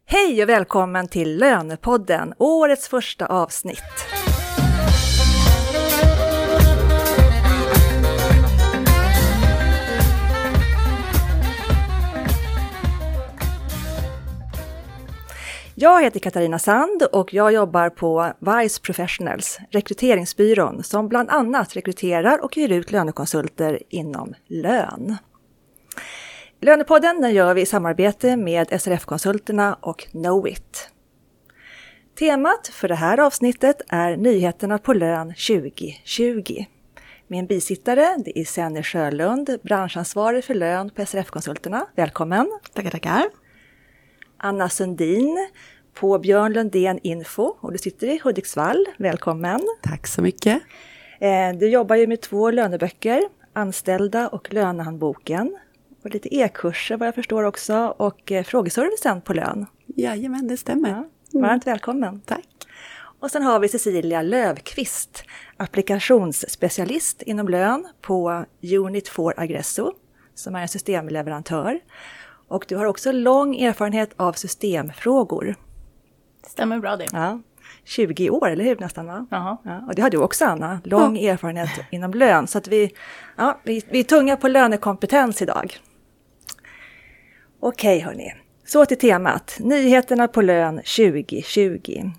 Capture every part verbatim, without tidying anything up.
Hej och välkommen till Lönepodden, årets första avsnitt. Jag heter Katarina Sand och jag jobbar på Wise Professionals, rekryteringsbyrån som bland annat rekryterar och ger ut lönekonsulter inom lön. Lönepodden den gör vi i samarbete med S R F-konsulterna och Knowit. Temat för det här avsnittet är nyheterna på lön tjugo tjugo. Min bisittare det är Senny Sjölund, branschansvarig för lön på S R F-konsulterna. Välkommen! Tackar, tackar! Anna Sundin på Björn Lundén Info och du sitter i Hudiksvall. Välkommen! Tack så mycket! Du jobbar ju med två löneböcker, Anställda och Lönehandboken. Och lite e-kurser vad jag förstår också och frågeservicen på lön. Jajamän, det stämmer. Ja, varmt välkommen. Tack. Och sen har vi Cecilia Lövqvist, applikationsspecialist inom lön på Unit for Aggresso som är en systemleverantör. Och du har också lång erfarenhet av systemfrågor. Stämmer bra det. Ja, tjugo år, eller hur nästan va? Jaha. Ja, och det har du också Anna, lång ja. erfarenhet inom lön. Så att vi, ja, vi, vi är tunga på lönekompetens idag. Okej hörni, så till temat. Nyheterna på lön tjugo tjugo.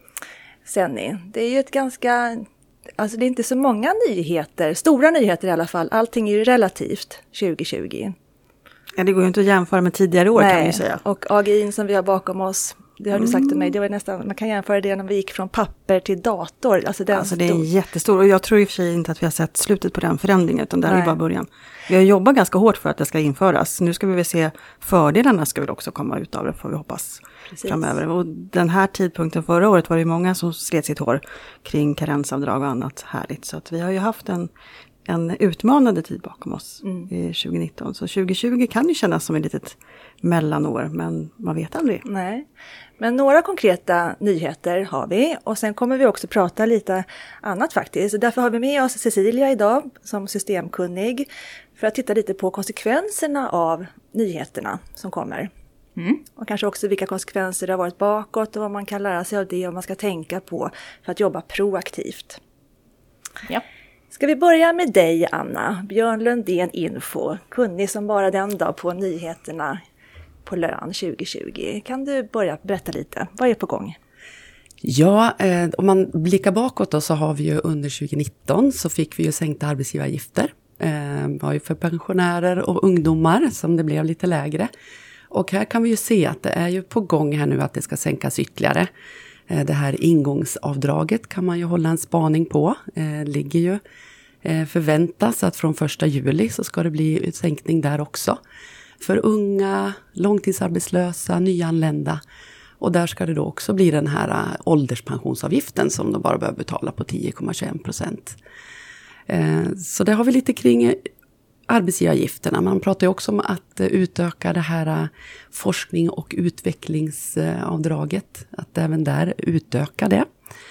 Senny, det är ju ett ganska, alltså det är inte så många nyheter, stora nyheter i alla fall. Allting är ju relativt tjugo tjugo. Ja, det går ju inte att jämföra med tidigare år. Nej. Kan man ju säga. Och A G I som vi har bakom oss, det har du sagt till mig, det var nästan, man kan jämföra det när vi gick från papper till dator. Alltså, den alltså det är jättestor och jag tror i och för sig inte att vi har sett slutet på den förändringen utan det här är bara början. Vi har jobbat ganska hårt för att det ska införas. Nu ska vi väl se fördelarna ska väl också komma ut av det får vi hoppas. Precis. Framöver. Och den här tidpunkten förra året var det många som slet sitt hår kring karensavdrag och annat härligt. Så att vi har ju haft en, en utmanande tid bakom oss mm. i tjugo nitton. Så tjugo tjugo kan ju kännas som ett litet mellanår men man vet aldrig. Nej. Men några konkreta nyheter har vi och sen kommer vi också prata lite annat faktiskt. Därför har vi med oss Cecilia idag som systemkunnig för att titta lite på konsekvenserna av nyheterna som kommer. Mm. Och kanske också vilka konsekvenser det har varit bakåt och vad man kan lära sig av det och man ska tänka på för att jobba proaktivt. Ja. Ska vi börja med dig Anna, Björn Lundén Info, kunnig som bara den dag på nyheterna på lön tjugo tjugo. Kan du börja berätta lite? Vad är på gång? Ja, eh, om man blickar bakåt då så har vi ju under tjugo nitton så fick vi ju sänkta arbetsgivaravgifter. Eh, var ju för pensionärer och ungdomar som det blev lite lägre. Och här kan vi ju se att det är ju på gång här nu att det ska sänkas ytterligare. Eh, det här ingångsavdraget kan man ju hålla en spaning på. Eh, ligger ju eh, förväntas att från första juli så ska det bli en sänkning där också. För unga, långtidsarbetslösa, nyanlända. Och där ska det då också bli den här uh, ålderspensionsavgiften som de bara behöver betala på tio komma tjugoen procent. Eh, så det har vi lite kring arbetsgivaravgifterna. Man pratar ju också om att uh, utöka det här uh, forskning- och utvecklingsavdraget. Uh, att även där utöka det.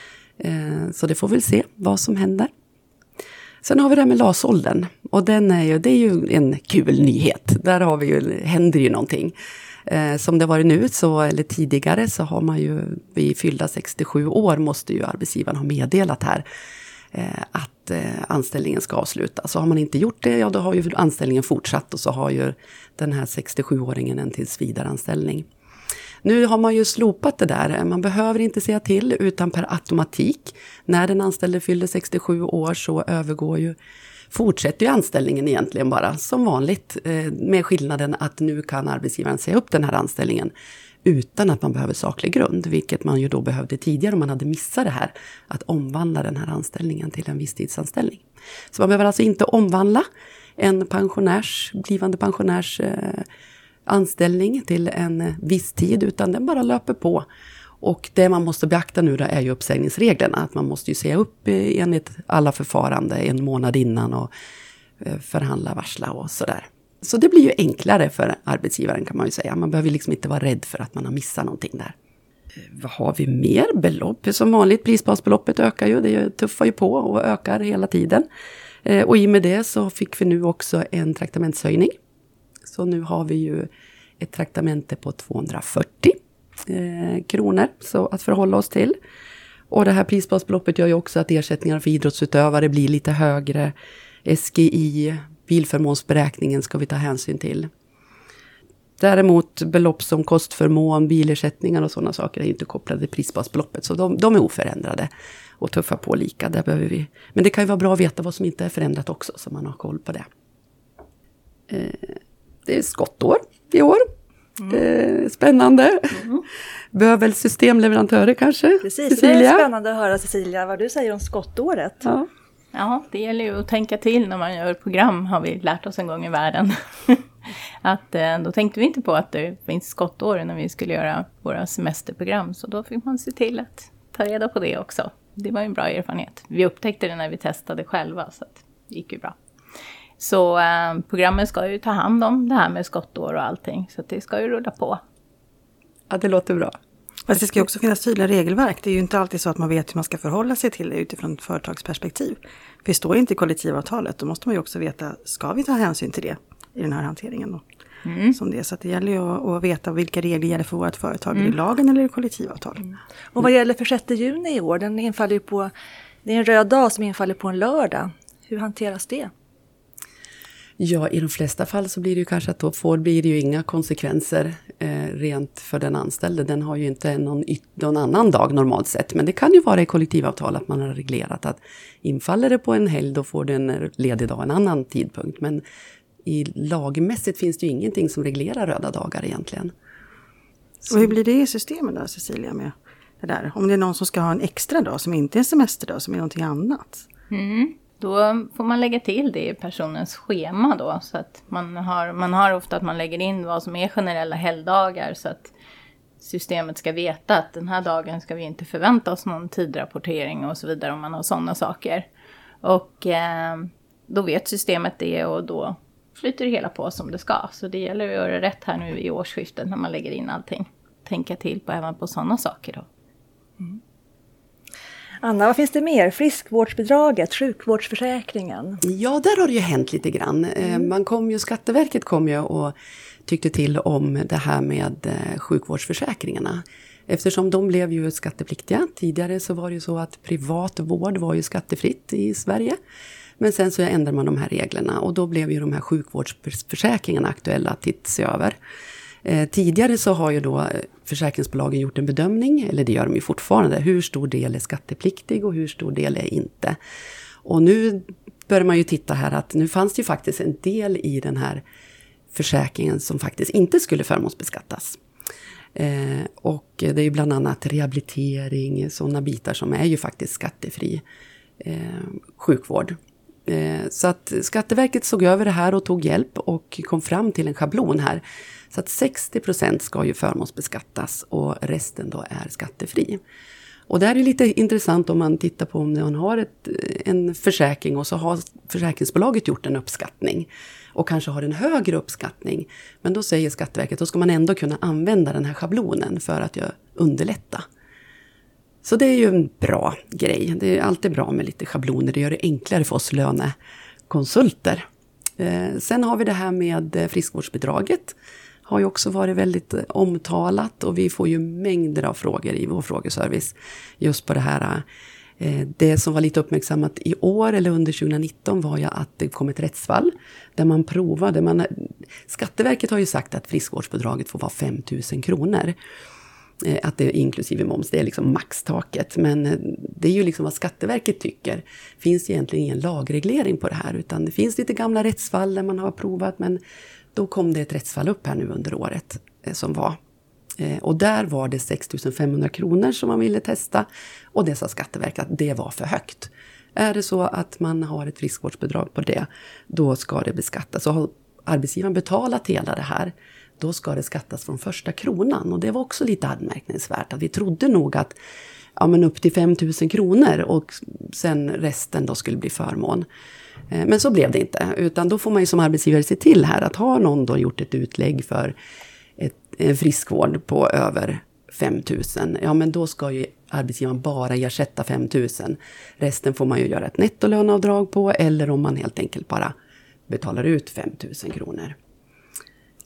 Eh, så det får vi se vad som händer. Sen har vi det med L A S-åldern och den är ju, det är ju en kul nyhet. Där har vi ju, händer ju någonting. Eh, som det var nu så, eller tidigare så har man ju vid fyllda sextiosju år måste ju arbetsgivaren ha meddelat här eh, att eh, anställningen ska avslutas. Så har man inte gjort det, ja då har ju anställningen fortsatt och så har ju den här sextiosjuåringen en tills vidare anställning. Nu har man ju slopat det där. Man behöver inte säga till utan per automatik. När den anställde fyller sextiosju år så övergår ju, fortsätter ju anställningen egentligen bara som vanligt. Med skillnaden att nu kan arbetsgivaren säga upp den här anställningen utan att man behöver saklig grund. Vilket man ju då behövde tidigare om man hade missat det här. Att omvandla den här anställningen till en visstidsanställning. Så man behöver alltså inte omvandla en pensionärs, blivande pensionärs anställning till en viss tid utan den bara löper på. Och det man måste beakta nu då är ju uppsägningsreglerna. Att man måste ju säga upp enligt alla förfarande en månad innan och förhandla, varsla och sådär. Så det blir ju enklare för arbetsgivaren kan man ju säga. Man behöver liksom inte vara rädd för att man har missat någonting där. Vad har vi mer? Belopp som vanligt. Prisbasbeloppet ökar ju. Det tuffar ju på och ökar hela tiden. Och i och med det så fick vi nu också en traktamentshöjning. Så nu har vi ju ett traktamente på tvåhundrafyrtio eh, kronor så att förhålla oss till. Och det här prisbasbeloppet gör ju också att ersättningar för idrottsutövare blir lite högre. S G I, bilförmånsberäkningen ska vi ta hänsyn till. Däremot belopp som kostförmån, bilersättningar och sådana saker är inte kopplade till prisbasbeloppet. Så de, de är oförändrade och tuffar på lika. Där behöver vi. Men det kan ju vara bra att veta vad som inte är förändrat också så man har koll på det. Eh, det är skottår i år. Mm. Eh, spännande. Mm. Behöver systemleverantörer kanske? Precis, Cecilia? det är spännande att höra Cecilia vad du säger om skottåret. Ja. Ja, det gäller ju att tänka till när man gör program, har vi lärt oss en gång i världen. att eh, då tänkte vi inte på att det finns skottår när vi skulle göra våra semesterprogram. Så då fick man se till att ta reda på det också. Det var en bra erfarenhet. Vi upptäckte det när vi testade själva så att det gick ju bra. Så eh, programmet ska ju ta hand om det här med skottår och allting. Så att det ska ju rulla på. Ja, det låter bra. Fast det ska ju också finnas tydliga regelverk. Det är ju inte alltid så att man vet hur man ska förhålla sig till det utifrån ett företagsperspektiv. För det står inte i kollektivavtalet. Då måste man ju också veta, ska vi ta hänsyn till det i den här hanteringen då? Mm. Som det. Så att det gäller ju att, att veta vilka regler gäller för vårt företag. Mm. Är det lagen eller är det kollektivavtal? Mm. Och vad gäller för sjätte juni i år? Den infaller ju på, det är en röd dag som infaller på en lördag. Hur hanteras det? Ja, i de flesta fall så blir det ju kanske att då får, blir det ju inga konsekvenser eh, rent för den anställde. Den har ju inte någon, någon annan dag normalt sett. Men det kan ju vara i kollektivavtal att man har reglerat att infaller det på en helg då får den ledig dag en annan tidpunkt. Men i lagmässigt finns det ju ingenting som reglerar röda dagar egentligen. Så. Och hur blir det i systemet då, Cecilia, med det där? Om det är någon som ska ha en extra dag som inte är en semesterdag, som är någonting annat? Mm. Då får man lägga till det i personens schema då. Så att man har, man har ofta att man lägger in vad som är generella helgdagar. Så att systemet ska veta att den här dagen ska vi inte förvänta oss någon tidrapportering och så vidare. Om man har sådana saker. Och eh, då vet systemet det och då flyter det hela på som det ska. Så det gäller att göra rätt här nu i årsskiftet när man lägger in allting. Tänka till på även på sådana saker då. Mm. Anna, vad finns det mer? Friskvårdsbidraget, sjukvårdsförsäkringen? Ja, där har det ju hänt lite grann. Mm. Man kom ju, Skatteverket kom ju och tyckte till om det här med sjukvårdsförsäkringarna. Eftersom de blev ju skattepliktiga. Tidigare så var det ju så att privat vård var ju skattefritt i Sverige. Men sen så ändrade man de här reglerna och då blev ju de här sjukvårdsförsäkringarna aktuella att se över. Eh, tidigare så har ju då försäkringsbolagen gjort en bedömning, eller det gör de ju fortfarande, hur stor del är skattepliktig och hur stor del är inte. Och nu börjar man ju titta här att nu fanns det ju faktiskt en del i den här försäkringen som faktiskt inte skulle förmånsbeskattas. Eh, och det är ju bland annat rehabilitering, sådana bitar som är ju faktiskt skattefri eh, sjukvård. Eh, så att Skatteverket såg över det här och tog hjälp och kom fram till en schablon här. Så att sextio procent ska ju förmånsbeskattas och resten då är skattefri. Och det här är lite intressant om man tittar på om man har ett, en försäkring och så har försäkringsbolaget gjort en uppskattning. Och kanske har en högre uppskattning. Men då säger Skatteverket att då ska man ändå kunna använda den här schablonen för att underlätta. Så det är ju en bra grej. Det är alltid bra med lite schabloner. Det gör det enklare för oss lönekonsulter. Eh, sen har vi det här med friskvårdsbidraget. Har ju också varit väldigt omtalat. Och vi får ju mängder av frågor i vår frågeservice. Just på det här. Eh, det som var lite uppmärksammat i år eller under tjugonitton var ju att det kom ett rättsfall. Där man provade. Man, Skatteverket har ju sagt att friskvårdsbidraget får vara fem tusen kronor. Att det är inklusive moms, det är liksom maxtaket. Men det är ju liksom vad Skatteverket tycker. Finns egentligen ingen lagreglering på det här. Utan det finns lite gamla rättsfall där man har provat. Men då kom det ett rättsfall upp här nu under året som var. Och där var det sex tusen femhundra kronor som man ville testa. Och det sa Skatteverket att det var för högt. Är det så att man har ett friskvårdsbidrag på det, då ska det beskattas. Så har arbetsgivaren betalat hela det här, då ska det skattas från första kronan. Och det var också lite anmärkningsvärt. Att vi trodde nog att ja, men upp till fem tusen kronor och sen resten då skulle bli förmån. Men så blev det inte. Utan då får man ju som arbetsgivare se till här att har någon då gjort ett utlägg för ett, en friskvård på över fem tusen. Ja, men då ska ju arbetsgivaren bara ersätta fem tusen. Resten får man ju göra ett nettolöneavdrag på, eller om man helt enkelt bara betalar ut fem tusen kronor.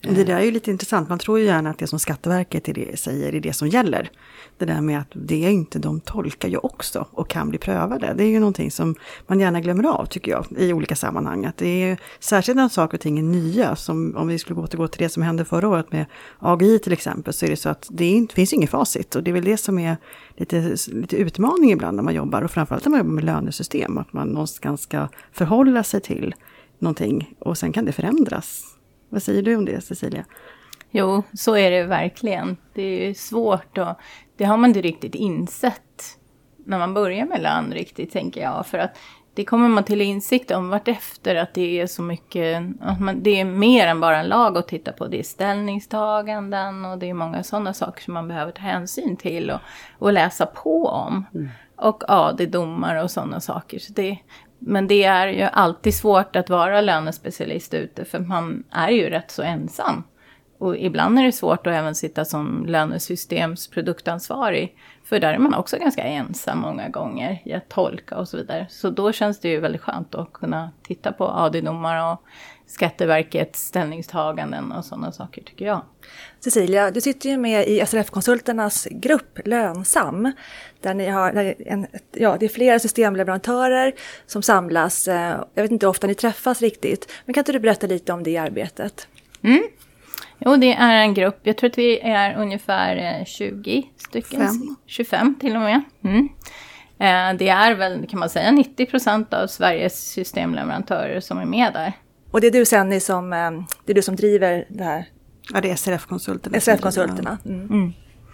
Det där är ju lite intressant. Man tror ju gärna att det som Skatteverket är det, säger är det som gäller. Det där med att det är inte, de tolkar ju också och kan bli prövade. Det är ju någonting som man gärna glömmer av, tycker jag, i olika sammanhang. Att det är särskilt när saker och ting är nya. Som om vi skulle återgå till det som hände förra året med A G I till exempel, så är det så att det inte, finns inget facit. Och det är väl det som är lite, lite utmaning ibland när man jobbar. Och framförallt när man jobbar med lönesystem. Att man någonstans ska förhålla sig till någonting och sen kan det förändras. Vad säger du om det, Cecilia? Jo, så är det verkligen. Det är svårt och det har man inte riktigt insett när man börjar med lön riktigt, tänker jag. För att det kommer man till insikt om vartefter, att det är så mycket, att man, det är mer än bara en lag att titta på. Det är ställningstaganden och det är många sådana saker som man behöver ta hänsyn till och, och läsa på om. Mm. Och ja, det är domar och sådana saker. Så det, men det är ju alltid svårt att vara lönespecialist ute, för man är ju rätt så ensam. Och ibland är det svårt att även sitta som lönesystemsproduktansvarig. För där är man också ganska ensam många gånger i att tolka och så vidare. Så då känns det ju väldigt skönt att kunna titta på A D-domar och Skatteverkets ställningstaganden och sådana saker, tycker jag. Cecilia, du sitter ju med i S R F-konsulternas grupp Lönsam. Där ni har, där en, ja, det är flera systemleverantörer som samlas. Jag vet inte hur ofta ni träffas riktigt. Men kan inte du berätta lite om det arbetet? Mm. Jo, det är en grupp. Jag tror att vi är ungefär tjugo stycken. Fem. tjugofem till och med. Mm. Det är väl, kan man säga, nittio procent av Sveriges systemleverantörer som är med där. Och det är du sen som, det är du som driver det här? Ja, det är S R F-konsulterna. S R F-konsulterna. Mm. Mm.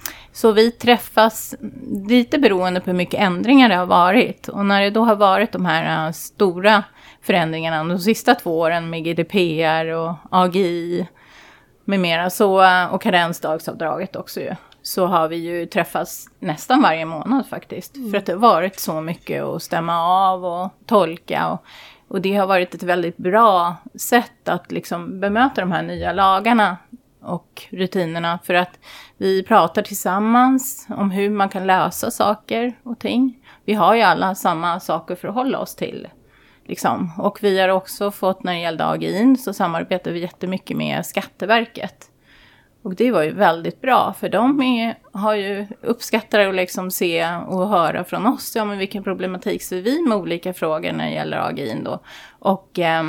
Så vi träffas lite beroende på hur mycket ändringar det har varit. Och när det då har varit de här stora förändringarna de sista två åren med G D P R och A G I med mera, så, och karensdagsavdraget också ju, så har vi ju träffats nästan varje månad faktiskt. Mm. För att det har varit så mycket att stämma av och tolka. Och, och det har varit ett väldigt bra sätt att liksom bemöta de här nya lagarna och rutinerna. För att vi pratar tillsammans om hur man kan lösa saker och ting. Vi har ju alla samma saker för att hålla oss till. Liksom. Och vi har också fått, när det gällde A G I, så samarbetar vi jättemycket med Skatteverket. Och det var ju väldigt bra, för de är, har ju uppskattat att liksom se och höra från oss, ja, men vilken problematik ser vi med olika frågor när det gäller A G I då. Och eh,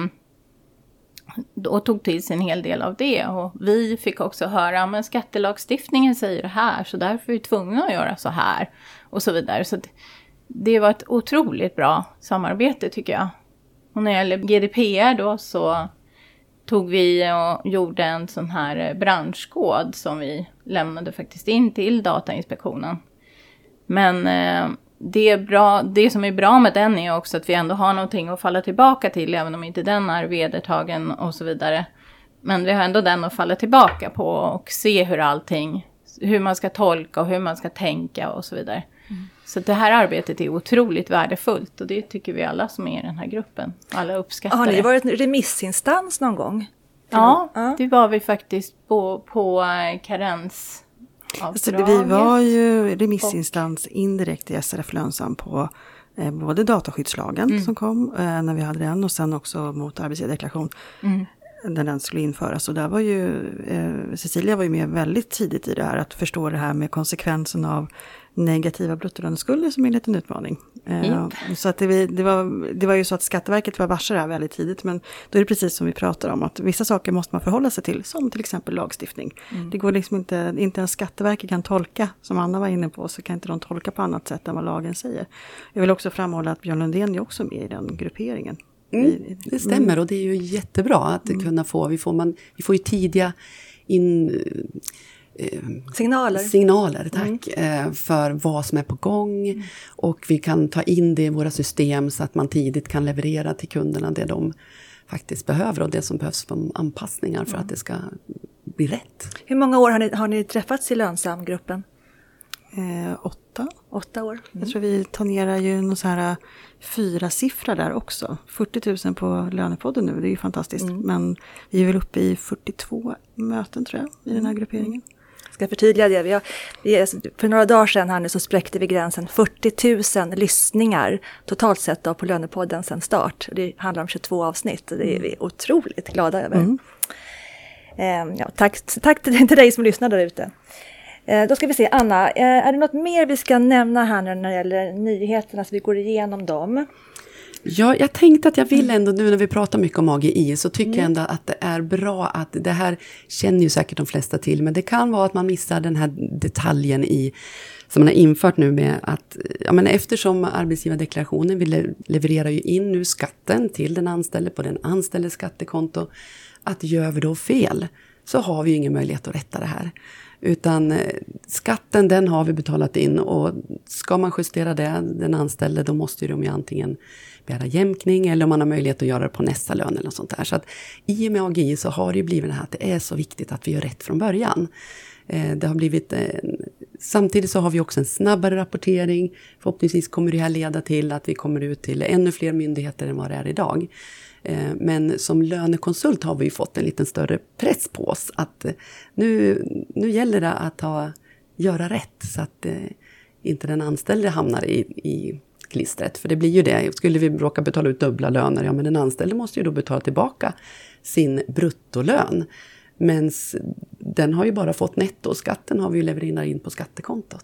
då tog till sig en hel del av det. Och vi fick också höra, men skattelagstiftningen säger det här, så därför är vi tvungna att göra så här. Och så vidare. Så det, det var ett otroligt bra samarbete, tycker jag. Och när det gäller G D P R då, så tog vi och gjorde en sån här branschkod som vi lämnade faktiskt in till Datainspektionen. Men eh, det, är bra, det som är bra med den är också att vi ändå har någonting att falla tillbaka till, även om inte den är vedertagen och så vidare. Men vi har ändå den att falla tillbaka på och se hur allting, hur man ska tolka och hur man ska tänka och så vidare. Mm. Så det här arbetet är otroligt värdefullt, och det tycker vi alla som är i den här gruppen. Alla uppskattar det. Har ni varit en remissinstans någon gång? Ja, ja, det var vi faktiskt på, på karens. Alltså, vi var ju remissinstans indirekt i S R F Lönsam på eh, både dataskyddslagen mm. som kom eh, när vi hade den, och sen också mot arbetsgivardeklaration mm. när den skulle införas. Och där var ju eh, Cecilia var ju med väldigt tidigt i det här, att förstå det här med konsekvensen av negativa bruttolöneskulder som är en liten utmaning. Eh, så att det, det, var, det var ju så att Skatteverket var varse det här väldigt tidigt, men då är det precis som vi pratar om, att vissa saker måste man förhålla sig till, som till exempel lagstiftning. Mm. Det går liksom inte, inte ens Skatteverket kan tolka, som Anna var inne på, så kan inte de tolka på annat sätt än vad lagen säger. Jag vill också framhålla att Björn Lundén är också med i den grupperingen. Mm, det stämmer, och det är ju jättebra att mm. kunna få, vi får, man, vi får ju tidiga in... Signaler. Signaler, tack. Mm. För vad som är på gång. Mm. Och vi kan ta in det i våra system så att man tidigt kan leverera till kunderna det de faktiskt behöver och det som behövs som anpassningar för mm. att det ska bli rätt. Hur många år har ni, har ni träffats i Lönsam-gruppen? Eh, åtta. Åtta år. Mm. Jag tror vi tangerar ju någon så här fyra siffror där också. fyrtio tusen på Lönepodden nu, det är ju fantastiskt. Mm. Men vi är väl uppe i fyrtiotvå möten, tror jag, i den här grupperingen. Jag ska förtydliga det. Vi har, vi är, för några dagar sedan här nu så spräckte vi gränsen fyrtio tusen lyssningar totalt sett då på Lönepodden sedan start. Det handlar om tjugotvå avsnitt. Det är vi otroligt glada över. Mm. Eh, ja, tack, tack till, till dig som lyssnar där ute. Eh, då ska vi se, Anna, eh, är det något mer vi ska nämna här när det gäller nyheterna så vi går igenom dem? Ja, jag tänkte att jag vill ändå, nu när vi pratar mycket om A G I, så tycker mm. jag ändå att det är bra att, det här känner ju säkert de flesta till, men det kan vara att man missar den här detaljen i, som man har infört nu med att, ja men eftersom arbetsgivardeklarationen vill leverera ju in nu skatten till den anställde på den anställdes skattekonto, att gör vi då fel så har vi ju ingen möjlighet att rätta det här. Utan skatten, den har vi betalat in, och ska man justera det, den anställde, då måste de ju antingen begära jämkning eller om man har möjlighet att göra det på nästa lön eller något sånt där. Så att i och med A G I så har det ju blivit det här att det är så viktigt att vi gör rätt från början. Det har blivit, samtidigt så har vi också en snabbare rapportering. Förhoppningsvis kommer det här leda till att vi kommer ut till ännu fler myndigheter än vad det är idag. Men som lönekonsult har vi ju fått en liten större press på oss att nu, nu gäller det att ha, göra rätt så att eh, inte den anställde hamnar i, i klistret. För det blir ju det, skulle vi råka betala ut dubbla löner, ja men den anställde måste ju då betala tillbaka sin bruttolön. Men den har ju bara fått netto, skatten har vi ju levererat in på skattekontot.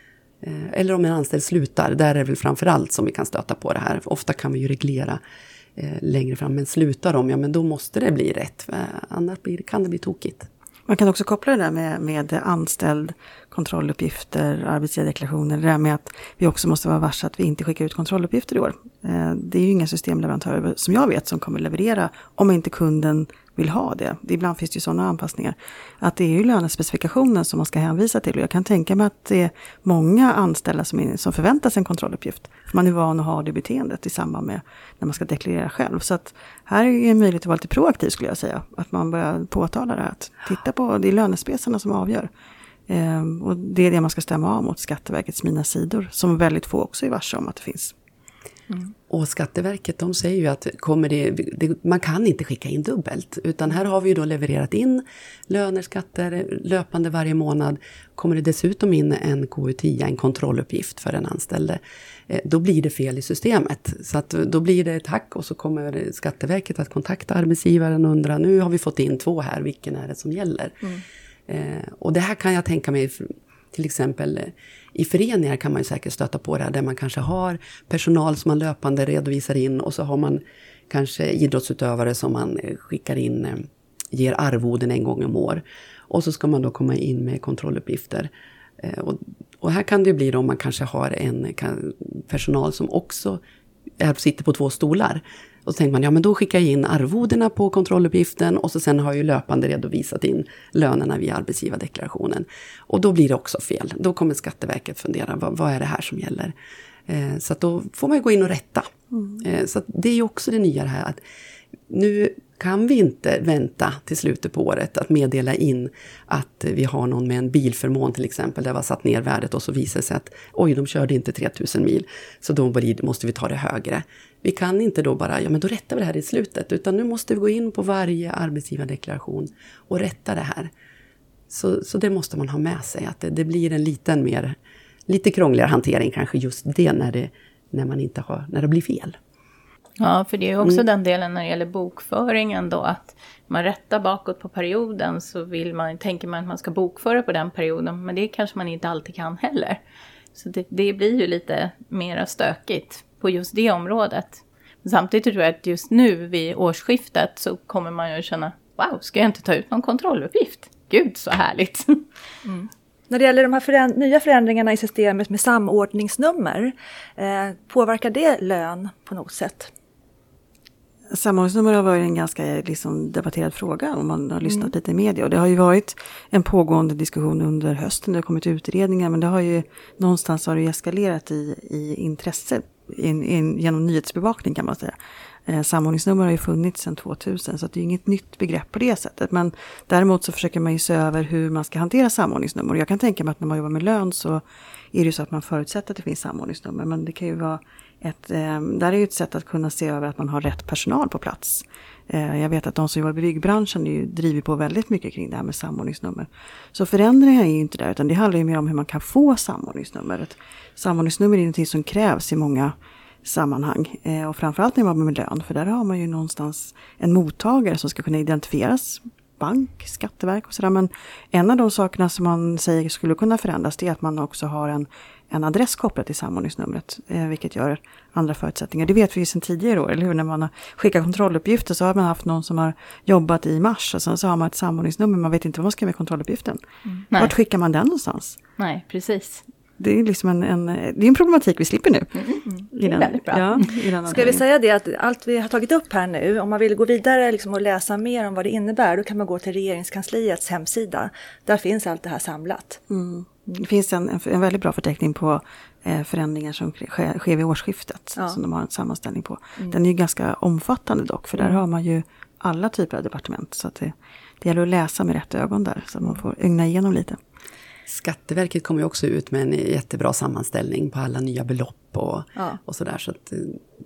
Eh, eller om en anställd slutar, där är det väl framförallt som vi kan stöta på det här. Ofta kan vi ju reglera Eh, längre fram, men slutar de, ja men då måste det bli rätt, för annars blir, kan det bli tokigt. Man kan också koppla det där med, med anställd, kontrolluppgifter, arbetsgivardeklarationer, det där med att vi också måste vara varse att vi inte skickar ut kontrolluppgifter i år. Eh, det är ju inga systemleverantörer som jag vet som kommer leverera om inte kunden vill ha det. Ibland finns det ju sådana anpassningar. Att det är ju lönespecifikationen som man ska hänvisa till. Och jag kan tänka mig att det är många anställda som, är, som förväntar sig en kontrolluppgift. För man är van att ha det beteendet i samband med när man ska deklarera själv. Så att här är en möjlighet att vara lite proaktiv skulle jag säga. Att man börjar påtala det här. Att titta på, det är lönespecifikationerna som avgör. Ehm, och det är det man ska stämma av mot Skatteverkets mina sidor. Som väldigt få också är varse om att det finns. Mm. Och Skatteverket, de säger ju att kommer det, det, man kan inte skicka in dubbelt, utan här har vi ju då levererat in löner, skatter löpande varje månad. Kommer det dessutom in en K U tio, en kontrolluppgift för den anställde, eh, då blir det fel i systemet. Så att då blir det ett hack och så kommer Skatteverket att kontakta arbetsgivaren och undra, nu har vi fått in två här, vilken är det som gäller? Mm. Eh, och det här kan jag tänka mig, till exempel i föreningar kan man ju säkert stöta på det här, där man kanske har personal som man löpande redovisar in, och så har man kanske idrottsutövare som man skickar in, ger arvoden en gång om år. Och så ska man då komma in med kontrolluppgifter. Och, och här kan det ju bli då om man kanske har en kan, personal som också är, sitter på två stolar. Och så tänker man, ja men då skickar jag in arvodena på kontrolluppgiften, och så sen har jag ju löpande redovisat in lönerna via arbetsgivardeklarationen. Och då blir det också fel. Då kommer Skatteverket fundera, vad, vad är det här som gäller? Eh, så att då får man ju gå in och rätta. Mm. Eh, så att det är ju också det nya här, att nu kan vi inte vänta till slutet på året att meddela in att vi har någon med en bilförmån till exempel, där vi har satt ner värdet och så visar det sig att oj, de körde inte tre tusen mil, så då måste vi ta det högre. Vi kan inte då bara, ja men då rättar vi det här i slutet, utan nu måste vi gå in på varje arbetsgivardeklaration och rätta det här. Så, så det måste man ha med sig, att det, det blir en liten mer, lite krångligare hantering kanske just det när det, när man inte har, när det blir fel. Ja, för det är ju också mm. den delen när det gäller bokföringen då, att man rättar bakåt på perioden, så vill man, tänker man att man ska bokföra på den perioden, men det kanske man inte alltid kan heller. Så det, det blir ju lite mer stökigt på just det området. Men samtidigt tror jag att just nu vid årsskiftet så kommer man ju känna, wow, ska jag inte ta ut någon kontrolluppgift? Gud, så härligt! Mm. När det gäller de här föränd- nya förändringarna i systemet med samordningsnummer, eh, påverkar det lön på något sätt? Samordningsnummer har varit en ganska liksom, debatterad fråga om man har lyssnat mm. lite i media. Och det har ju varit en pågående diskussion under hösten. Det har kommit utredningar, men det har ju någonstans har det eskalerat i, i intresse in, in, genom nyhetsbevakning kan man säga. Eh, samordningsnummer har ju funnits sedan tvåtusen, så att det är inget nytt begrepp på det sättet. Men däremot så försöker man ju se över hur man ska hantera samordningsnummer. Och jag kan tänka mig att när man jobbar med lön så är det ju så att man förutsätter att det finns samordningsnummer. Men det kan ju vara ett, eh, där är ju ett sätt att kunna se över att man har rätt personal på plats. Eh, jag vet att de som jobbar i byggbranschen är ju, driver på väldigt mycket kring det här med samordningsnummer. Så förändringar är ju inte där, utan det handlar ju mer om hur man kan få samordningsnummer. Ett samordningsnummer är någonting som krävs i många sammanhang. Eh, och framförallt när man jobbar med lön, för där har man ju någonstans en mottagare som ska kunna identifieras bank, skatteverk och sådär. Men en av de sakerna som man säger skulle kunna förändras, det är att man också har en, en adress kopplad till samordningsnumret, eh, vilket gör andra förutsättningar. Det vet vi ju sedan tidigare år, eller hur? När man har skickat kontrolluppgifter så har man haft någon som har jobbat i mars och sen så har man ett samordningsnummer, man vet inte vad man ska med kontrolluppgiften. Mm. Vart skickar man den någonstans? Nej, precis. Det är liksom en, en, det är en problematik vi slipper nu. Mm, mm. Det är den, väldigt bra. Ja, i den Ska vi säga det att allt vi har tagit upp här nu, om man vill gå vidare liksom och läsa mer om vad det innebär, då kan man gå till Regeringskansliets hemsida. Där finns allt det här samlat. Mm. Det finns en, en väldigt bra förteckning på eh, förändringar som sker, sker vid årsskiftet, ja. Som de har en sammanställning på. Mm. Den är ju ganska omfattande dock, för där mm. har man ju alla typer av departement. Så att det, det gäller att läsa med rätt ögon där, så man får ögna igenom lite. Skatteverket kommer ju också ut med en jättebra sammanställning på alla nya belopp och, ja. och sådär. Så att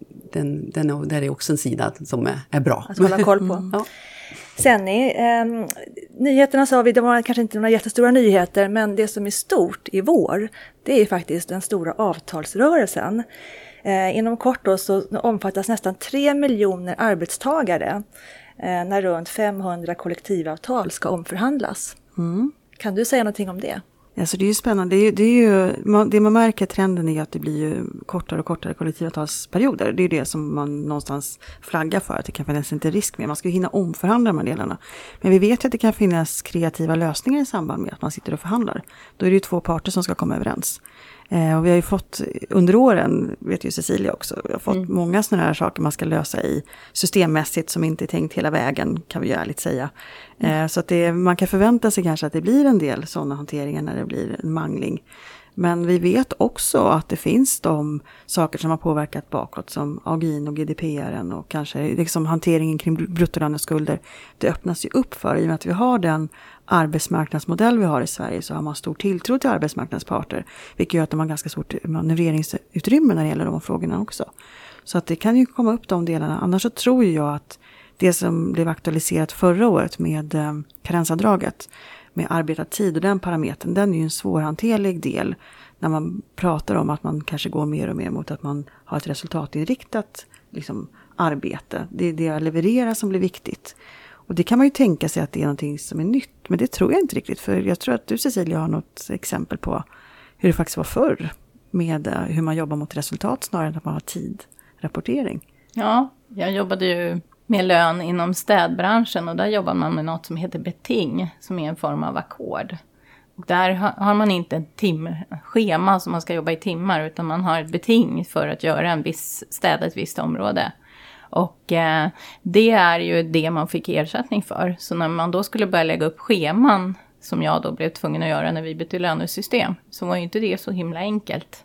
den, den, där är också en sida som är, är bra. Att hålla koll på. Mm. Ja. Sen är, eh, nyheterna sa vi, det var kanske inte några jättestora nyheter, men det som är stort i vår, det är ju faktiskt den stora avtalsrörelsen. Eh, inom kort då så omfattas nästan tre miljoner arbetstagare eh, när runt femhundra kollektivavtal ska omförhandlas. Mm. Kan du säga någonting om det? Alltså det är ju spännande. Det, är, det, är ju, det man märker trenden är att det blir ju kortare och kortare kollektivavtalsperioder. Det är ju det som man någonstans flaggar för, att det kan finnas inte risk med. Man ska ju hinna omförhandla de här delarna. Men vi vet ju att det kan finnas kreativa lösningar i samband med att man sitter och förhandlar. Då är det ju två parter som ska komma överens. Eh, och vi har ju fått under åren, vet ju Cecilia också, vi har fått mm. många sådana här saker man ska lösa i systemmässigt som inte är tänkt hela vägen, kan vi ju ärligt säga. Mm. Eh, så att det, man kan förvänta sig kanske att det blir en del sådana hanteringar när det blir en mangling. Men vi vet också att det finns de saker som har påverkat bakåt, som A G I och G D P R och kanske liksom hanteringen kring bruttolöneskulder. Det öppnas ju upp för, i och med att vi har den arbetsmarknadsmodell vi har i Sverige, så har man stor tilltro till arbetsmarknadsparter, vilket gör att de har ganska stort manövreringsutrymme när det gäller de frågorna också. Så att det kan ju komma upp de delarna. Annars så tror jag att det som blev aktualiserat förra året med eh, karensavdraget, med arbetad tid och den parametern, den är ju en svårhanterlig del när man pratar om att man kanske går mer och mer mot att man har ett resultatinriktat liksom, arbete. Det är det jag levererar som blir viktigt. Och det kan man ju tänka sig att det är någonting som är nytt, men det tror jag inte riktigt. För jag tror att du, Cecilia, har något exempel på hur det faktiskt var förr med hur man jobbar mot resultat snarare än att man har tidrapportering. Ja, jag jobbade ju med lön inom städbranschen, och där jobbar man med något som heter beting, som är en form av ackord. Och där har man inte ett timschema som man ska jobba i timmar, utan man har ett beting för att göra en viss städa ett visst område. Och eh, det är ju det man fick ersättning för. Så när man då skulle börja lägga upp scheman, som jag då blev tvungen att göra när vi bytte lönesystem, så var ju inte det så himla enkelt.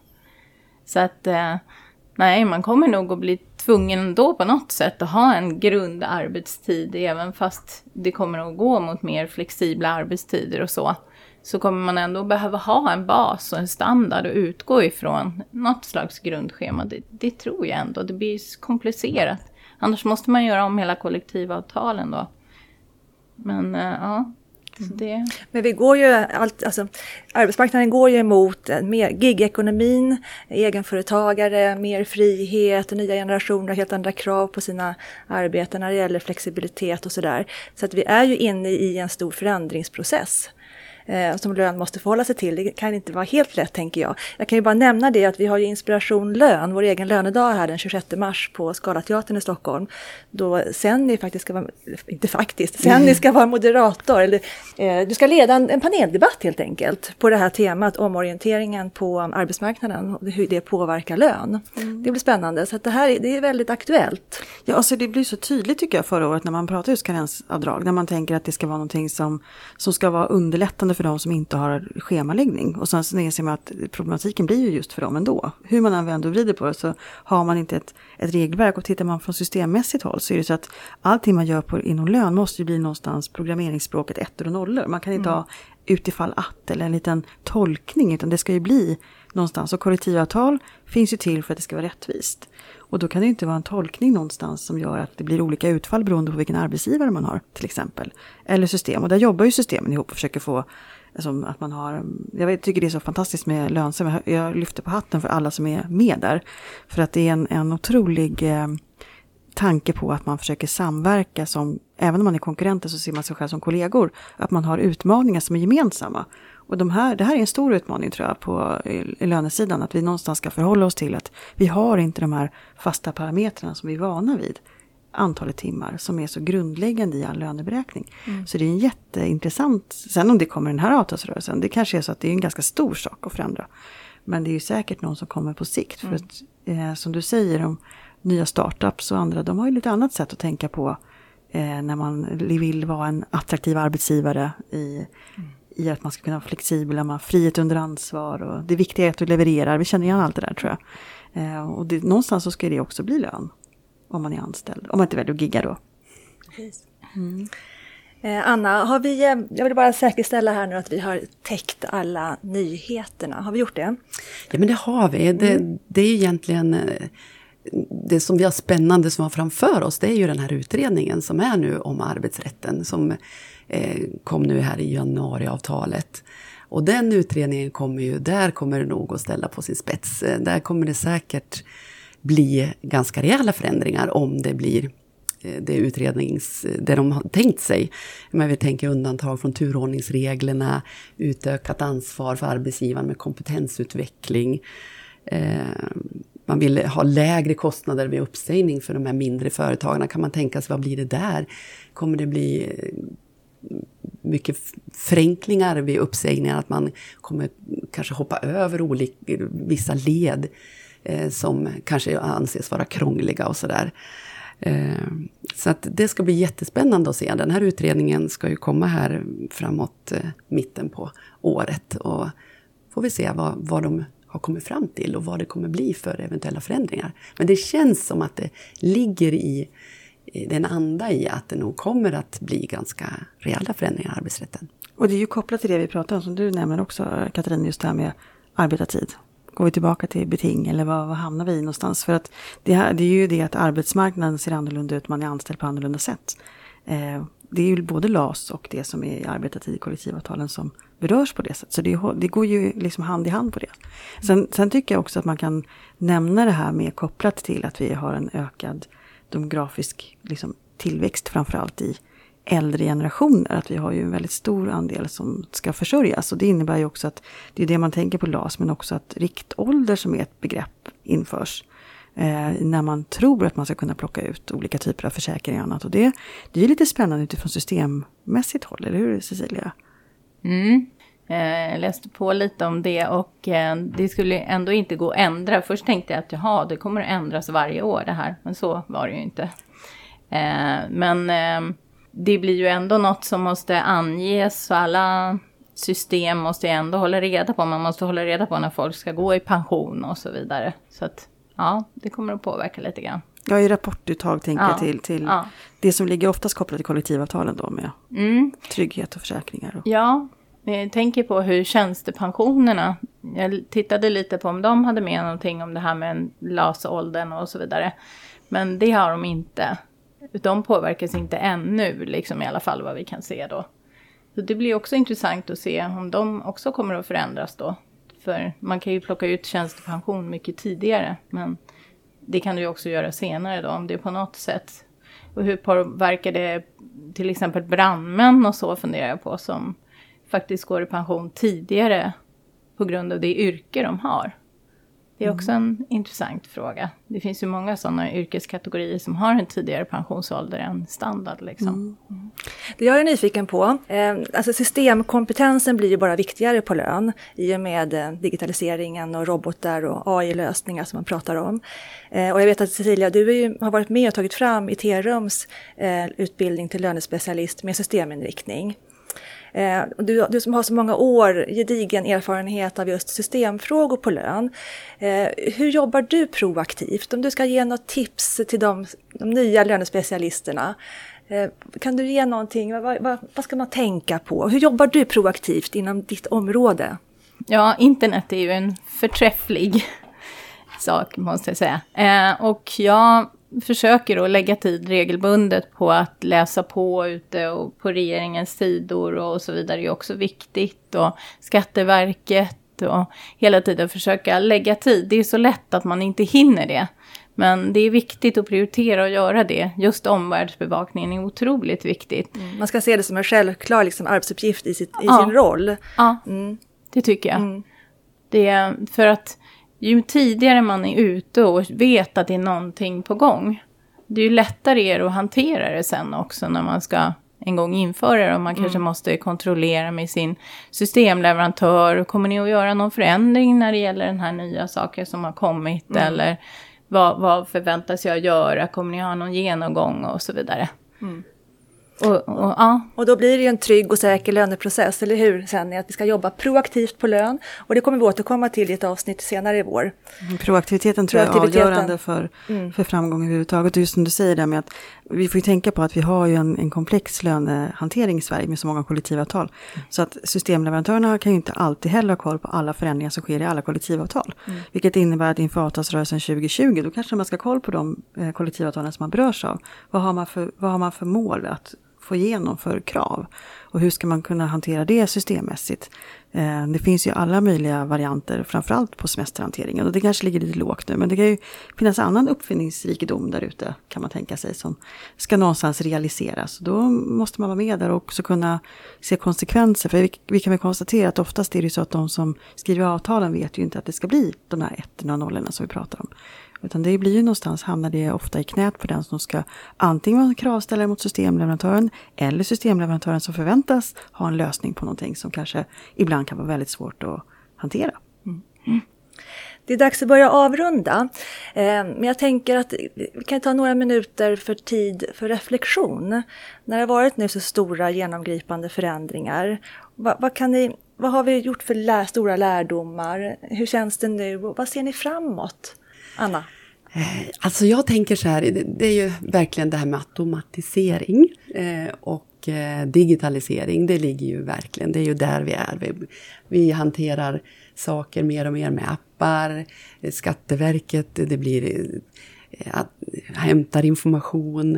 Så att eh, nej, man kommer nog att bli tvungen då på något sätt att ha en grundarbetstid, även fast det kommer att gå mot mer flexibla arbetstider och så. Så kommer man ändå behöva ha en bas och en standard och utgå ifrån något slags grundschema. Det, det tror jag ändå. Det blir komplicerat. Annars måste man göra om hela kollektivavtalen då. Men äh, ja... Det. Men vi går ju, allt, alltså, arbetsmarknaden går ju emot mer gigekonomin, egenföretagare, mer frihet, nya generationer, helt andra krav på sina arbeten när det gäller flexibilitet och sådär. Så att vi är ju inne i en stor förändringsprocess eh, som lön måste förhålla sig till. Det kan inte vara helt lätt, tänker jag. Jag kan ju bara nämna det att vi har ju Inspiration Lön, vår egen lönedag här den tjugosjätte mars på Scalateatern i Stockholm. Då Senni faktiskt ska vara, inte faktiskt, Senni ska vara moderator. Eller, eh, du ska leda en, en paneldebatt helt enkelt på det här temat, omorienteringen på arbetsmarknaden och hur det påverkar lön. Mm. Det blir spännande, så att det här är, det är väldigt aktuellt. Ja, alltså det blir så tydligt tycker jag förra året när man pratar just karensavdrag, när man tänker att det ska vara någonting som, som ska vara underlättande för de som inte har schemaläggning. Och sen så inser man att problematiken blir ju just för dem ändå. Hur man använder och vrider på det, så har man inte ett, ett regelverk, och tittar man från systemmässigt håll så är det så att allting man gör på, inom lön måste ju bli någonstans programmeringsspråket ettor och nollor. Man kan inte mm. ha utifall att eller en liten tolkning, utan det ska ju bli någonstans. Och kollektivavtal finns ju till för att det ska vara rättvist. Och då kan det inte vara en tolkning någonstans som gör att det blir olika utfall beroende på vilken arbetsgivare man har till exempel. Eller system. Och där jobbar ju systemen ihop och försöker få alltså, att man har... Jag vet, tycker det är så fantastiskt med lönsam. Jag lyfter på hatten för alla som är med där. För att det är en, en otrolig... Eh, tanke på att man försöker samverka som, även om man är konkurrenter så ser man sig själv som kollegor, att man har utmaningar som är gemensamma. Och de här, det här är en stor utmaning tror jag på i lönesidan, att vi någonstans ska förhålla oss till att vi har inte de här fasta parametrarna som vi är vana vid. Antalet timmar som är så grundläggande i all löneberäkning. Mm. Så det är en jätteintressant, sen om det kommer den här avtalsrörelsen, det kanske är så att det är en ganska stor sak att förändra. Men det är ju säkert någon som kommer på sikt. Mm. För att, eh, som du säger, de nya startups och andra, de har ju lite annat sätt att tänka på eh, när man vill vara en attraktiv arbetsgivare i, mm. i att man ska kunna vara flexibel, man har frihet under ansvar och det viktiga är att du levererar. Vi känner igen allt det där tror jag. Eh, och det, någonstans så ska det också bli lön om man är anställd. Om man inte väljer att gigga då. Mm. Eh, Anna, har vi, jag vill bara säkerställa här nu att vi har täckt alla nyheterna. Har vi gjort det? Ja, men det har vi. Det, mm. det är egentligen det som vi har spännande som har framför oss. Det är ju den här utredningen som är nu om arbetsrätten som eh, kom nu här i januariavtalet. Och den utredningen kommer ju, där kommer det nog att ställa på sin spets. Där kommer det säkert bli ganska rejäla förändringar om det blir det utrednings, det de har tänkt sig. Men vi tänker undantag från turordningsreglerna, utökat ansvar för arbetsgivaren med kompetensutveckling. Eh, man vill ha lägre kostnader vid uppsägning för de här mindre företagarna. Kan man tänka sig, vad blir det där? Kommer det bli mycket förenklingar vid uppsägningar? Att man kommer kanske hoppa över olika, vissa led eh, som kanske anses vara krångliga och sådär. Så att det ska bli jättespännande att se. Den här utredningen ska ju komma här framåt mitten på året. Och får vi se vad, vad de har kommit fram till och vad det kommer bli för eventuella förändringar. Men det känns som att det ligger i, i den anda i att det nog kommer att bli ganska rejäla förändringar i arbetsrätten. Och det är ju kopplat till det vi pratar om som du nämner också, Katarina, just det här med arbetartid. Går vi tillbaka till beting eller vad, vad hamnar vi någonstans? För att det, här, det är ju det att arbetsmarknaden ser annorlunda ut, man är anställd på annorlunda sätt. Eh, det är ju både L A S och det som är i arbetartid i kollektivavtalen som berörs på det sättet. Så det, det går ju liksom hand i hand på det. Sen, sen tycker jag också att man kan nämna det här med kopplat till att vi har en ökad demografisk liksom, tillväxt framförallt i äldre generationer, att vi har ju en väldigt stor andel som ska försörjas och det innebär ju också att det är det man tänker på L A S men också att riktålder som är ett begrepp införs eh, när man tror att man ska kunna plocka ut olika typer av försäkringar och annat och det, det är ju lite spännande utifrån systemmässigt håll, eller hur Cecilia? Mm. Jag läste på lite om det och det skulle ändå inte gå att ändra. Först tänkte jag att jaha, det kommer att ändras varje år det här, men så var det ju inte. Men det blir ju ändå något som måste anges så alla system måste ändå hålla reda på. Man måste hålla reda på när folk ska gå i pension och så vidare. Så att ja, det kommer att påverka lite grann. Ja, i rapportuttag tänker ja. jag till, till ja. det som ligger oftast kopplat till kollektivavtalen då med mm. trygghet och försäkringar. Och... Ja, jag tänker på hur tjänstepensionerna, jag tittade lite på om de hade med någonting om det här med L A S-åldern och så vidare. Men det har de inte. De påverkas inte ännu, liksom i alla fall vad vi kan se då. Så det blir också intressant att se om de också kommer att förändras då. För man kan ju plocka ut tjänstepension mycket tidigare. Men det kan du ju också göra senare då, om det är på något sätt. Och hur påverkar det till exempel brandmän och så funderar jag på. Som faktiskt går i pension tidigare på grund av det yrke de har. Det är också en intressant fråga. Det finns ju många sådana yrkeskategorier som har en tidigare pensionsålder än standard. Liksom. Mm. Mm. Det jag är nyfiken på, eh, alltså systemkompetensen blir ju bara viktigare på lön i och med eh, digitaliseringen och robotar och A I-lösningar som man pratar om. Eh, och jag vet att Cecilia, du är ju, har varit med och tagit fram I T Rums eh, utbildning till lönespecialist med systeminriktning. Du, du som har så många år gedigen erfarenhet av just systemfrågor på lön. Hur jobbar du proaktivt? Om du ska ge något tips till de, de nya lönespecialisterna. Kan du ge någonting? Vad, vad, vad ska man tänka på? Hur jobbar du proaktivt inom ditt område? Ja, internet är ju en förträfflig sak måste jag säga. Och jag försöker att lägga tid regelbundet på att läsa på ute och på regeringens sidor och så vidare är också viktigt. Och Skatteverket och hela tiden försöka lägga tid. Det är så lätt att man inte hinner det. Men det är viktigt att prioritera och göra det. Just omvärldsbevakningen är otroligt viktigt. Mm. Man ska se det som en självklar liksom, arbetsuppgift i, sitt, i ja. sin roll. Ja, mm. det tycker jag. Mm. Det är för att ju tidigare man är ute och vet att det är någonting på gång, det är ju lättare att hantera det sen också när man ska en gång införa det. Och man mm. kanske måste kontrollera med sin systemleverantör. Kommer ni att göra någon förändring när det gäller den här nya saker som har kommit? Mm. Eller vad, vad förväntas jag göra? Kommer ni ha någon genomgång och så vidare? Mm. Och, och, ja. och då blir det ju en trygg och säker löneprocess, eller hur? Sen är att vi ska jobba proaktivt på lön. Och det kommer vi återkomma till i ett avsnitt senare i vår. Proaktiviteten tror jag är avgörande för, mm. för framgång överhuvudtaget. Och just som du säger där med att vi får ju tänka på att vi har ju en, en komplex lönehantering i Sverige med så många kollektivavtal. Mm. Så att systemleverantörerna kan ju inte alltid heller ha koll på alla förändringar som sker i alla kollektivavtal. Mm. Vilket innebär att inför avtalsrörelsen tjugo tjugo då kanske man ska ha koll på de eh, kollektivavtalen som man berörs av. Vad har man för, vad har man för mål att få igenom för krav? Och hur ska man kunna hantera det systemmässigt? Eh, det finns ju alla möjliga varianter, framförallt på semesterhanteringen. Och det kanske ligger lite lågt nu, men det kan ju finnas annan uppfinningsrikedom där ute, kan man tänka sig, som ska någonstans realiseras. Då måste man vara med där och också kunna se konsekvenser. För vi, vi kan väl konstatera att oftast är det så att de som skriver avtalen vet ju inte att det ska bli de här ettorna och nollorna som vi pratar om. Utan det blir ju någonstans, hamnar det ofta i knät på den som ska antingen vara kravställare mot systemleverantören eller systemleverantören som förväntas ha en lösning på någonting som kanske ibland kan vara väldigt svårt att hantera. Mm. Mm. Det är dags att börja avrunda. Eh, men jag tänker att vi kan ta några minuter för tid för reflektion. När det har varit nu så stora genomgripande förändringar. Vad, vad, kan ni, vad har vi gjort för lär, stora lärdomar? Hur känns det nu? Vad ser ni framåt? Anna? Alltså jag tänker så här, det är ju verkligen det här med automatisering och digitalisering. Det ligger ju verkligen, det är ju där vi är. Vi, vi hanterar saker mer och mer med appar, Skatteverket, det blir att hämtar information.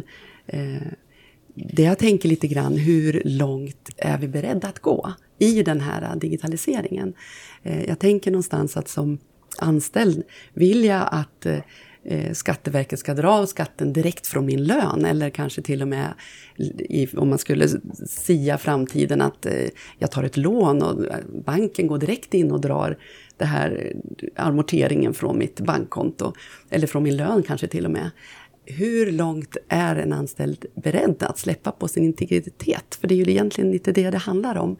Det jag tänker lite grann, hur långt är vi beredda att gå i den här digitaliseringen? Jag tänker någonstans att som anställd vill jag att eh, Skatteverket ska dra av skatten direkt från min lön, eller kanske till och med i, om man skulle sia framtiden att eh, jag tar ett lån och banken går direkt in och drar det här amorteringen från mitt bankkonto eller från min lön kanske till och med. Hur långt är en anställd beredd att släppa på sin integritet? För det är ju egentligen lite det det handlar om.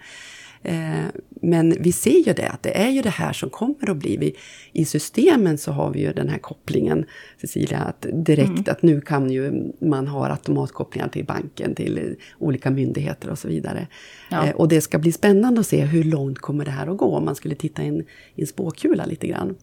Men vi ser ju det, att det är ju det här som kommer att bli. Vi, i systemen så har vi ju den här kopplingen, Cecilia, att direkt mm. att nu kan ju man ha automatkopplingar till banken, till olika myndigheter och så vidare. Ja. Och det ska bli spännande att se hur långt kommer det här att gå om man skulle titta in i en spåkula lite grann.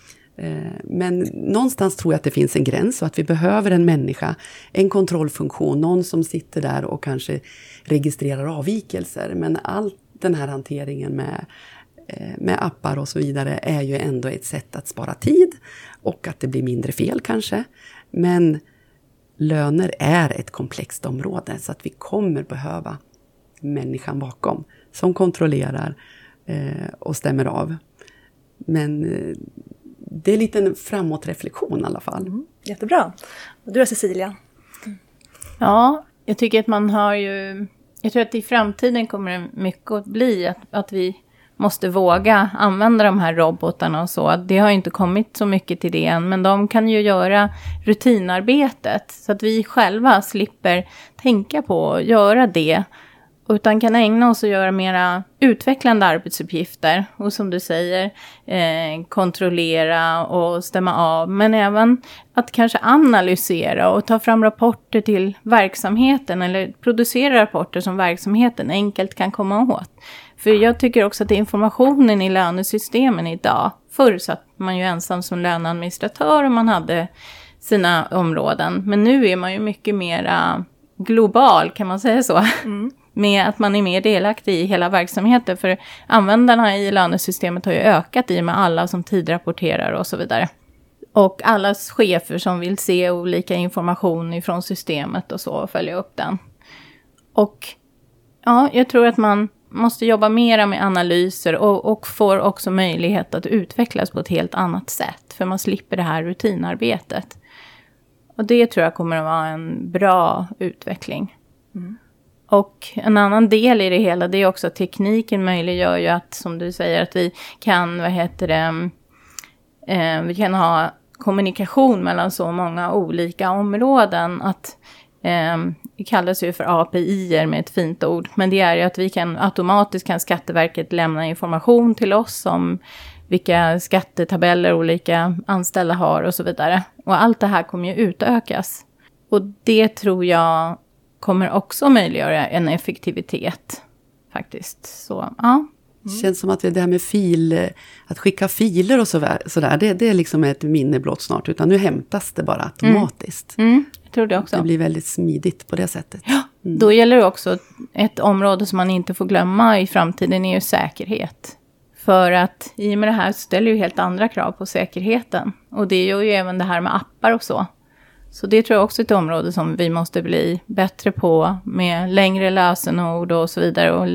Men någonstans tror jag att det finns en gräns och att vi behöver en människa, en kontrollfunktion, någon som sitter där och kanske registrerar avvikelser. Men allt den här hanteringen med, med appar och så vidare är ju ändå ett sätt att spara tid och att det blir mindre fel kanske. Men löner är ett komplext område så att vi kommer behöva människan bakom som kontrollerar eh, och stämmer av. Men eh, det är lite en framåtreflektion i alla fall. Mm, jättebra. Och du är Cecilia? Ja, jag tycker att man har ju... Jag tror att i framtiden kommer det mycket att bli att, att vi måste våga använda de här robotarna och så. Det har ju inte kommit så mycket till det än, men de kan ju göra rutinarbetet så att vi själva slipper tänka på att göra det. Utan kan ägna oss att göra mera utvecklande arbetsuppgifter. Och som du säger, eh, kontrollera och stämma av. Men även att kanske analysera och ta fram rapporter till verksamheten. Eller producera rapporter som verksamheten enkelt kan komma åt. För jag tycker också att informationen i lönesystemen idag. Förr satt man ju ensam som löneadministratör och man hade sina områden. Men nu är man ju mycket mera global, kan man säga så. Mm. Med att man är mer delaktig i hela verksamheten. För användarna i lönesystemet har ju ökat i med alla som tidrapporterar och så vidare. Och allas chefer som vill se olika information ifrån systemet och så och följa upp den. Och ja, jag tror att man måste jobba mera med analyser och, och får också möjlighet att utvecklas på ett helt annat sätt. För man slipper det här rutinarbetet. Och det tror jag kommer att vara en bra utveckling. Mm. Och en annan del i det hela, det är också att tekniken möjliggör ju att, som du säger, att vi kan, vad heter det, eh, vi kan ha kommunikation mellan så många olika områden att eh, det kallas ju för A P I-er med ett fint ord, men det är ju att vi kan automatiskt kan Skatteverket lämna information till oss om vilka skattetabeller olika anställda har och så vidare. Och allt det här kommer ju utökas. Och det tror jag kommer också möjliggöra en effektivitet faktiskt. Så, ja. Det känns som att det här med fil, att skicka filer och sådär, sådär det, det är liksom ett minne blott snart. Utan nu hämtas det bara automatiskt. Mm. Mm, jag tror det också. Det blir väldigt smidigt på det sättet. Ja, mm. Då gäller det också ett område som man inte får glömma i framtiden är ju säkerhet. För att i och med det här ställer ju helt andra krav på säkerheten. Och det gör ju även det här med appar och så. Så det tror jag också är ett område som vi måste bli bättre på med längre lösenord och så vidare. Och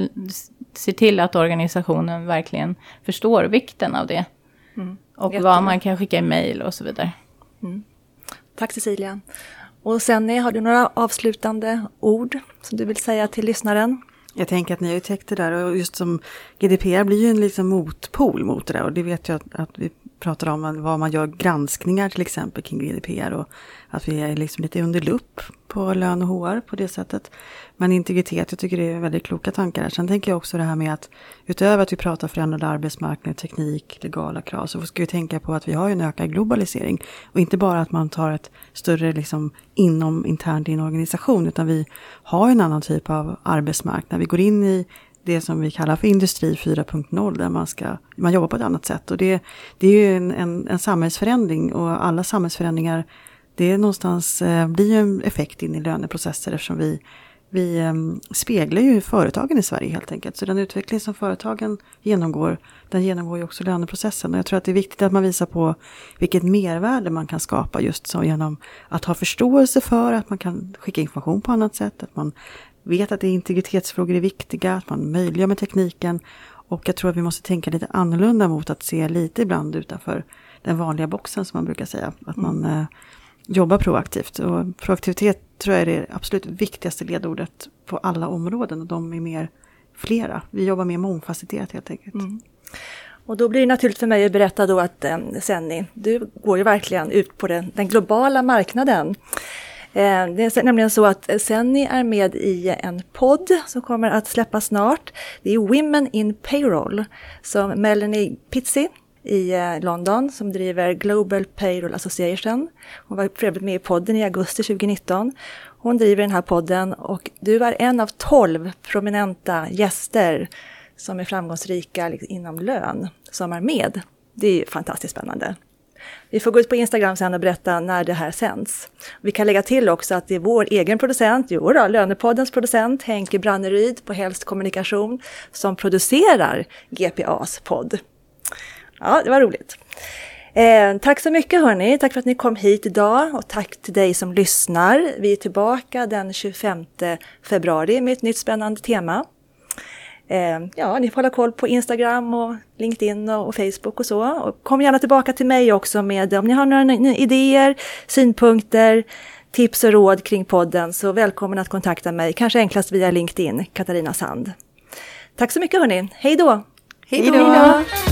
se till att organisationen verkligen förstår vikten av det. Mm. Och Jättebra. Vad man kan skicka i mejl och så vidare. Mm. Tack Cecilia. Och sen har du några avslutande ord som du vill säga till lyssnaren? Jag tänker att ni har ju täckt det där och just som G D P R blir ju en liksom motpol mot det där och det vet jag att, att vi pratar om vad man gör granskningar till exempel kring G D P R och att vi är liksom lite under lupp på lön och H R på det sättet. Men integritet, jag tycker det är väldigt kloka tankar här. Sen tänker jag också det här med att utöver att vi pratar förändrad arbetsmarknad, teknik, legala krav så ska vi tänka på att vi har en ökad globalisering och inte bara att man tar ett större liksom inom internt i en organisation utan vi har en annan typ av arbetsmarknad. Vi går in i det som vi kallar för industri fyra punkt noll där man ska man jobbar på ett annat sätt och det, det är ju en, en, en samhällsförändring och alla samhällsförändringar det är någonstans eh, blir ju en effekt in i löneprocesser eftersom vi, vi eh, speglar ju företagen i Sverige helt enkelt. Så den utveckling som företagen genomgår, den genomgår ju också löneprocessen. Och jag tror att det är viktigt att man visar på vilket mervärde man kan skapa just så genom att ha förståelse för att man kan skicka information på annat sätt. Att man vet att det är integritetsfrågor är viktiga, att man möjliggör med tekniken. Och jag tror att vi måste tänka lite annorlunda mot att se lite ibland utanför den vanliga boxen som man brukar säga. Att man eh, jobbar proaktivt. Och proaktivitet tror jag är det absolut viktigaste ledordet på alla områden. Och de är mer flera. Vi jobbar mer mångfacetterat helt enkelt. Mm. Och då blir det naturligt för mig att berätta då att eh, Senni, du går ju verkligen ut på den, den globala marknaden. Det är nämligen så att Senni är med i en podd som kommer att släppas snart. Det är Women in Payroll som Melanie Pizzi i London som driver Global Payroll Association. Hon var för övrigt med i podden i augusti tjugonitton. Hon driver den här podden och du är en av tolv prominenta gäster som är framgångsrika inom lön som är med. Det är fantastiskt spännande. Vi får gå ut på Instagram sen och berätta när det här sänds. Vi kan lägga till också att det är vår egen producent, jo då, Lönepoddens producent, Henke Branneryd på Helst Kommunikation, som producerar G P A's podd. Ja, det var roligt. Eh, tack så mycket hörni, tack för att ni kom hit idag och tack till dig som lyssnar. Vi är tillbaka den tjugofemte februari med ett nytt spännande tema. Ja, ni får hålla koll på Instagram och LinkedIn och Facebook och så. Och kom gärna tillbaka till mig också med om ni har några idéer, synpunkter, tips och råd kring podden. Så välkommen att kontakta mig, kanske enklast via LinkedIn, Katarina Sand. Tack så mycket hörni, hej då! Hej då!